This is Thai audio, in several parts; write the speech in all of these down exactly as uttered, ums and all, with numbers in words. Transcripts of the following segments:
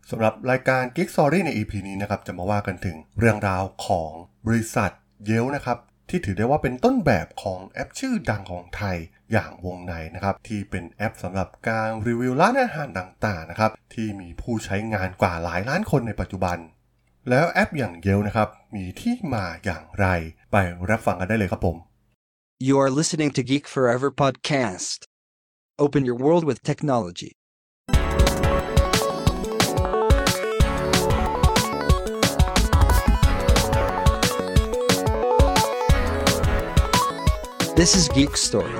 สำหรับรายการ Geek Story ใน อี พี นี้นะครับจะมาว่ากันถึงเรื่องราวของบริษัท Yelp นะครับที่ถือได้ว่าเป็นต้นแบบของแอปชื่อดังของไทยอย่างวงในนะครับที่เป็นแอปสำหรับการรีวิวร้านอาหารต่างๆนะครับที่มีผู้ใช้งานกว่าหลายล้านคนในปัจจุบันแล้วแอปอย่าง Yelp นะครับมีที่มาอย่างไรไปรับฟังกันได้เลยครับผม You are listening to Geek Forever Podcast. Open your world with technology. This is Geek Story.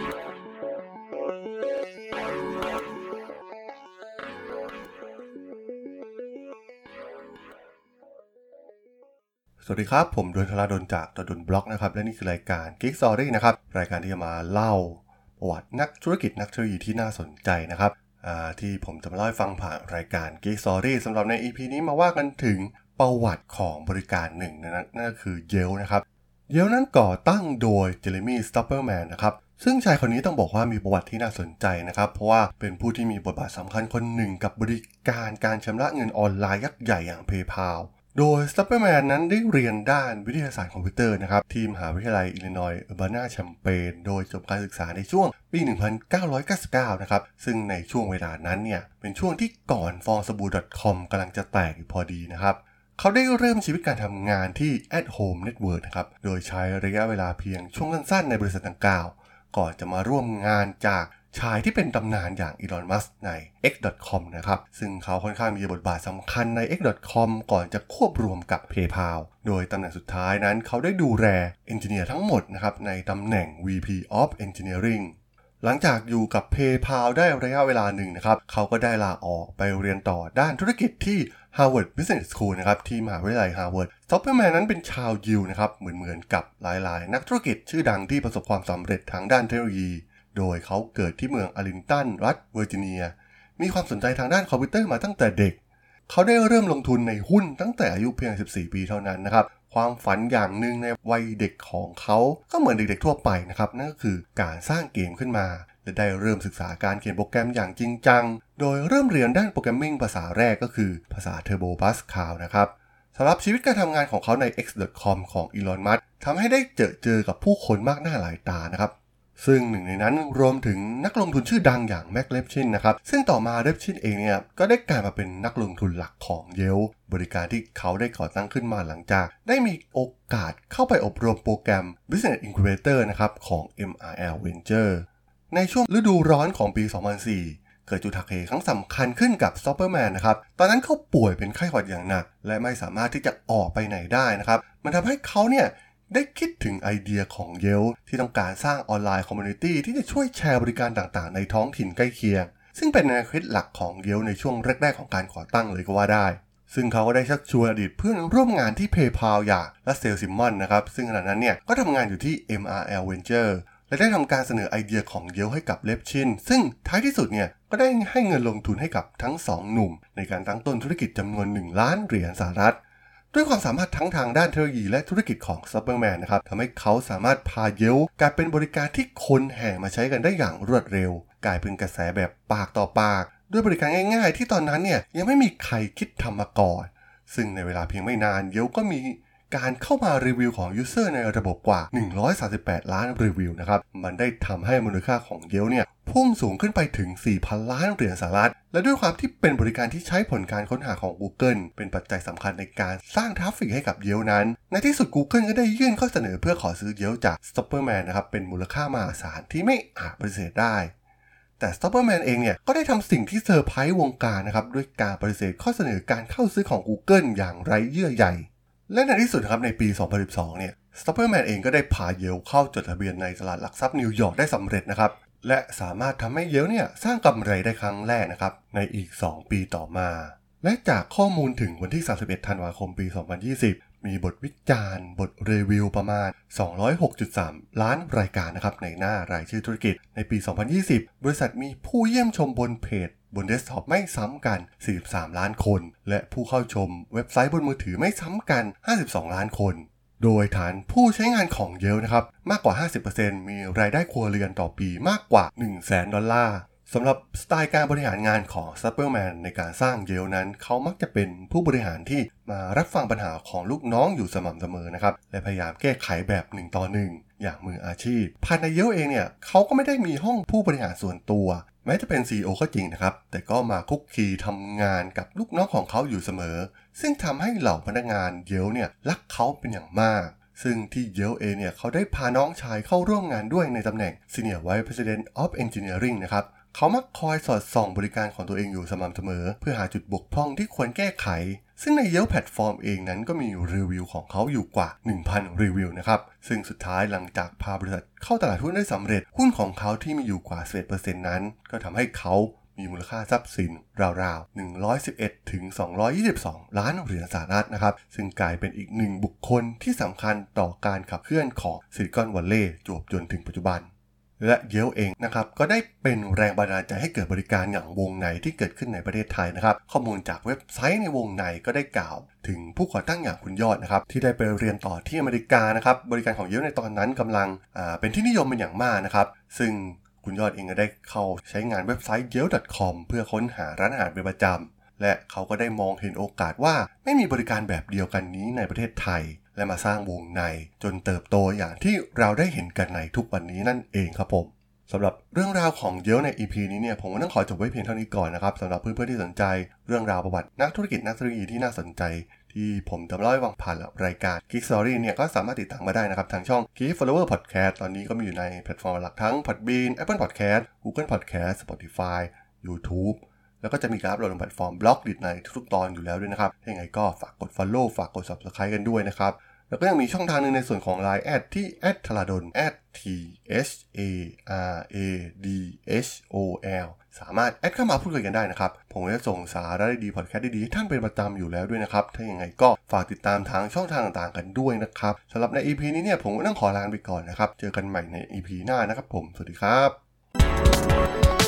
สวัสดีครับผมดลธราดลจากดลบล็อกนะครับและนี่คือรายการ Geek Story นะครับรายการที่จะมาเล่าประวัตินักธุรกิจนักเทคโนโลยีที่น่าสนใจนะครับที่ผมจะมาเล่าให้ฟังผ่านรายการ Geek Story สำหรับใน อี พี นี้มาว่ากันถึงประวัติของบริการหนึ่งนะนั่นก็คือ Yelp นะครับ Yelp นั้นก่อตั้งโดยเจเรมี่ สต็อปเปอร์แมนนะครับซึ่งชายคนนี้ต้องบอกว่ามีประวัติที่น่าสนใจนะครับเพราะว่าเป็นผู้ที่มีบทบาทสำคัญคนหนึ่งกับบริการการชำระเงินออนไลน์ยักษ์ใหญ่อย่าง PayPal โดย สต็อปเปอร์แมน นั้นได้เรียนด้านวิทยาศาสตร์คอมพิวเตอร์นะครับที่มหาวิทยาลัยอิลลินอยส์เออร์บานาแชมเปญโดยจบการศึกษาในช่วงปี หนึ่งพันเก้าร้อยเก้าสิบเก้า นะครับซึ่งในช่วงเวลานั้นเนี่ยเป็นช่วงที่ก่อนฟองสบู่ .com กำลังจะแตกอยู่พอดีนะครับเขาได้เริ่มชีวิตการทำงานที่ At Home Network นะครับโดยใช้ระยะเวลาเพียงช่วงสั้นๆในบริษัทดังกล่าวก่อนจะมาร่วมงานจากชายที่เป็นตำนานอย่างอีลอน มัสก์ใน เอ็กซ์ ดอท คอม นะครับซึ่งเขาค่อนข้างมีบทบาทสำคัญใน เอ็กซ์ ดอท คอม ก่อนจะควบรวมกับ PayPal โดยตำแหน่งสุดท้ายนั้นเขาได้ดูแลเอนจิเนียร์ทั้งหมดนะครับในตำแหน่ง วี พี of Engineering หลังจากอยู่กับ PayPal ได้ระยะเวลาหนึ่งนะครับเขาก็ได้ลาออกไปเรียนต่อด้านธุรกิจที่ Harvard Business School นะครับที่มหาวิทยาลัย Harvard สต็อปเปอร์แมนนั้นเป็นชาวยิวนะครับเหมือนๆกับหลายๆนักธุรกิจชื่อดังที่ประสบความสำเร็จทางด้านเทคโนโลยีโดยเขาเกิดที่เมืองอารินตันรัฐเวอร์จิเนียมีความสนใจทางด้านคอมพิวเตอร์มาตั้งแต่เด็กเขาได้เริ่มลงทุนในหุ้นตั้งแต่อายุเพียงสิบสี่ปีเท่านั้นนะครับความฝันอย่างหนึ่งในวัยเด็กของเขาก็เหมือนเด็กๆทั่วไปนะครับนั่นก็คือการสร้างเกมขึ้นมาและได้เริ่มศึกษาการเขียนโปรแกรมอย่างจริงจังโดยเริ่มเรียนด้านโปรแกรมมิ่งภาษาแรกก็คือภาษา Turbo Pascal นะครับสำหรับชีวิตการทำงานของเขาใน เอ็กซ์ ดอท คอม ของอีลอน มัสก์ทำให้ได้เจอเจอกับผู้คนมากหน้าหลายตานะครับซึ่งหนึ่งในนั้นรวมถึงนักลงทุนชื่อดังอย่างแม็กเลฟชินนะครับซึ่งต่อมาเลฟชินเองเนี่ยก็ได้กลายมาเป็นนักลงทุนหลักของ Yelp บริการที่เขาได้ก่อตั้งขึ้นมาหลังจากได้มีโอกาสเข้าไปอบรมโปรแกรม Business Incubator นะครับของ เอ็ม อาร์ แอล Venture ในช่วงฤดูร้อนของปี สองพันสี่เกิดจุดหักเหครั้งสำคัญขึ้นกับ สต็อปเปอร์แมน นะครับตอนนั้นเขาป่วยเป็นไข้หวัดอย่างหนักและไม่สามารถที่จะออกไปไหนได้นะครับมันทำให้เขาเนี่ยได้คิดถึงไอเดียของ Yelp ที่ต้องการสร้างออนไลน์คอมมูนิตี้ที่จะช่วยแชร์บริการต่างๆในท้องถิ่นใกล้เคียงซึ่งเป็นแนวคิดหลักของ Yelp ในช่วงแรกๆของการก่อตั้งเลยก็ว่าได้ซึ่งเขาก็ได้ชักชวนอดีตเพื่อนร่วมงานที่ PayPal อย่างรัสเซล ซิมมอนส์นะครับซึ่งขณะนั้นเนี่ยก็ทำงานอยู่ที่ เอ็ม อาร์ แอล Venture และได้ทำการเสนอไอเดียของ Yelp ให้กับเลฟชินซึ่งท้ายที่สุดเนี่ยก็ได้ให้เงินลงทุนให้กับทั้งสองหนุ่มในการตั้งต้นธุรกิจจำนวนหนึ่งล้านเหรียญสหรัฐด้วยความสามารถทั้งทางด้านเทคโนโลยีและธุรกิจของ สต็อปเปอร์แมน นะครับทำให้เขาสามารถพา Yelp กลายเป็นบริการที่คนแห่มาใช้กันได้อย่างรวดเร็วกลายเป็นกระแสแบบปากต่อปากด้วยบริการง่ายๆที่ตอนนั้นเนี่ยยังไม่มีใครคิดทำมาก่อนซึ่งในเวลาเพียงไม่นาน Yelp ก็มีการเข้ามารีวิวของยูเซอร์ในระบบกว่าหนึ่งร้อยสามสิบแปดล้านรีวิวนะครับมันได้ทำให้มูลค่าของ Yelp เนี่ยพุ่งสูงขึ้นไปถึง สี่พัน ล้านเหรียญสหรัฐและด้วยความที่เป็นบริการที่ใช้ผลการค้นหาของ Google เป็นปัจจัยสำคัญในการสร้างทราฟฟิกให้กับ Yelp นั้นในที่สุด Google ก็ได้ยื่นข้อเสนอเพื่อขอซื้อ Yelp จาก สต็อปเปอร์แมน นะครับเป็นมูลค่ามหาศาลที่ไม่อาจปฏิเสธได้แต่ สต็อปเปอร์แมน เองเนี่ยก็ได้ทำสิ่งที่เซอร์ไพรส์วงการนะครับด้วยการปฏิเสธข้อเสนอการเข้าซื้อของ Google อย่างไร้เยื่อใยและในที่สุดครับในปี สองพันสิบสอง เนี่ย สต็อปเปอร์แมน เองก็ได้พา Yelp เข้าจดทะเบียนในตลาดหลักทรัพย์นิวยอร์กได้สำเร็จนะครับและสามารถทำให้ Yelp เนี่ยสร้างกำไรได้ครั้งแรกนะครับในอีกสองปีต่อมาและจากข้อมูลถึงวันที่สามสิบเอ็ดธันวาคมปี สองพันยี่สิบมีบทวิจารณ์บทรีวิวประมาณ สองร้อยหกจุดสาม ล้านรายการนะครับในหน้ารายชื่อธุรกิจในปี สองพันยี่สิบบริษัทมีผู้เยี่ยมชมบนเพจบนเดสก์ท็อปไม่ซ้ำกันสี่สิบสามล้านคนและผู้เข้าชมเว็บไซต์บนมือถือไม่ซ้ำกันห้าสิบสองล้านคนโดยฐานผู้ใช้งานของ Yelp นะครับมากกว่า ห้าสิบเปอร์เซ็นต์ มีรายได้ครัวเรือนต่อปีมากกว่า หนึ่งแสน ดอลลาร์สำหรับสไตล์การบริหารงานของซัปเปอร์แมนในการสร้างเยลนั้นเขามักจะเป็นผู้บริหารที่มารับฟังปัญหาของลูกน้องอยู่สม่ำเสมอนะครับและพยายามแก้ไขแบบหนึ่งต่อหนึ่งอย่างมืออาชีพภายในเยลเองเนี่ยเขาก็ไม่ได้มีห้องผู้บริหารส่วนตัวแม้จะเป็น ซี อี โอ ก็จริงนะครับแต่ก็มาคุกคีทำงานกับลูกน้องของเขาอยู่เสมอซึ่งทำให้เหล่าพนักงานเยลเนี่ยรักเขาเป็นอย่างมากซึ่งที่เยลเองเนี่ยเขาได้พาน้องชายเข้าร่วมงานด้วยในตำแหน่ง Senior Vice President of Engineering นะครับเขามักคอยสอดส่องบริการของตัวเองอยู่สม่ำเสมอเพื่อหาจุดบกพร่องที่ควรแก้ไขซึ่งใน Yelp แพลตฟอร์มเองนั้นก็มีรีวิวของเขาอยู่กว่า หนึ่งพัน รีวิวนะครับซึ่งสุดท้ายหลังจากพาบริษัทเข้าตลาดหุ้นได้สำเร็จหุ้นของเขาที่มีอยู่กว่า สิบเอ็ดเปอร์เซ็นต์ นั้นก็ทำให้เขามีมูลค่าทรัพย์สินราวๆหนึ่งร้อยสิบเอ็ดถึงสองร้อยยี่สิบสองล้านเหรียญสหรัฐนะครับซึ่งกลายเป็นอีกหนึ่งบุคคลที่สำคัญต่อการขับเคลื่อนของซิลิคอนวัลเลย์จวบจนถึงปัจจุบันและเยลเองนะครับก็ได้เป็นแรงบันดาลใจให้เกิดบริการอย่างวงในที่เกิดขึ้นในประเทศไทยนะครับข้อมูลจากเว็บไซต์ในวงในก็ได้กล่าวถึงผู้ก่อตั้งอย่างคุณยอดนะครับที่ได้ไปเรียนต่อที่อเมริกานะครับบริการของเยลในตอนนั้นกำลังอ่าเป็นที่นิยมเป็นอย่างมากนะครับซึ่งคุณยอดเองก็ได้เข้าใช้งานเว็บไซต์ เยล ดอท คอม เพื่อค้นหาร้านอาหารเป็นประจำและเขาก็ได้มองเห็นโอกาสว่าไม่มีบริการแบบเดียวกันนี้ในประเทศไทยและมาสร้างวงในจนเติบโตอย่างที่เราได้เห็นกันในทุกวันนี้นั่นเองครับผมสำหรับเรื่องราวของเยลใน อี พี นี้เนี่ยผมก็ต้องขอจบไว้เพียงเท่านี้ก่อนนะครับสำหรับเพื่อนๆที่สนใจเรื่องราวประวัตินักธุรกิจนักเทคโนโลยีที่น่าสนใจที่ผมจะเล่าให้ฟังผ่านรายการ Geek Story เนี่ยก็สามารถติดตามมาได้นะครับทางช่อง Geek Flower Podcast ตอนนี้ก็มีอยู่ในแพลตฟอร์มหลักทั้ง Podbean Apple Podcast Google Podcast Spotify YouTube แล้วก็จะมีการอัปโหลดลงแพลตฟอร์มบล็อกดิในทุกๆตอนอยู่แล้วด้วยนะครับยังไงก็ฝากกด Follow ฝากกด Subscribe กันด้วยนะครับแล้วก็ยังมีช่องทางนึงในส่วนของ ไลน์ แอด ที่ แอท ทาราดล แอท ที เอช เอ อาร์ เอ ดี เอช โอ แอล สามารถแอดเข้ามาพูดคุยกันได้นะครับผมจะส่งสาระดีๆพอดแคสต์ดีๆให้ท่านเป็นประจำอยู่แล้วด้วยนะครับถ้าอย่างไรก็ฝากติดตามทางช่องทางต่างๆกันด้วยนะครับสำหรับใน อี พี นี้เนี่ยผมก็ต้องขอลาไปก่อนนะครับเจอกันใหม่ใน อี พี หน้านะครับผมสวัสดีครับ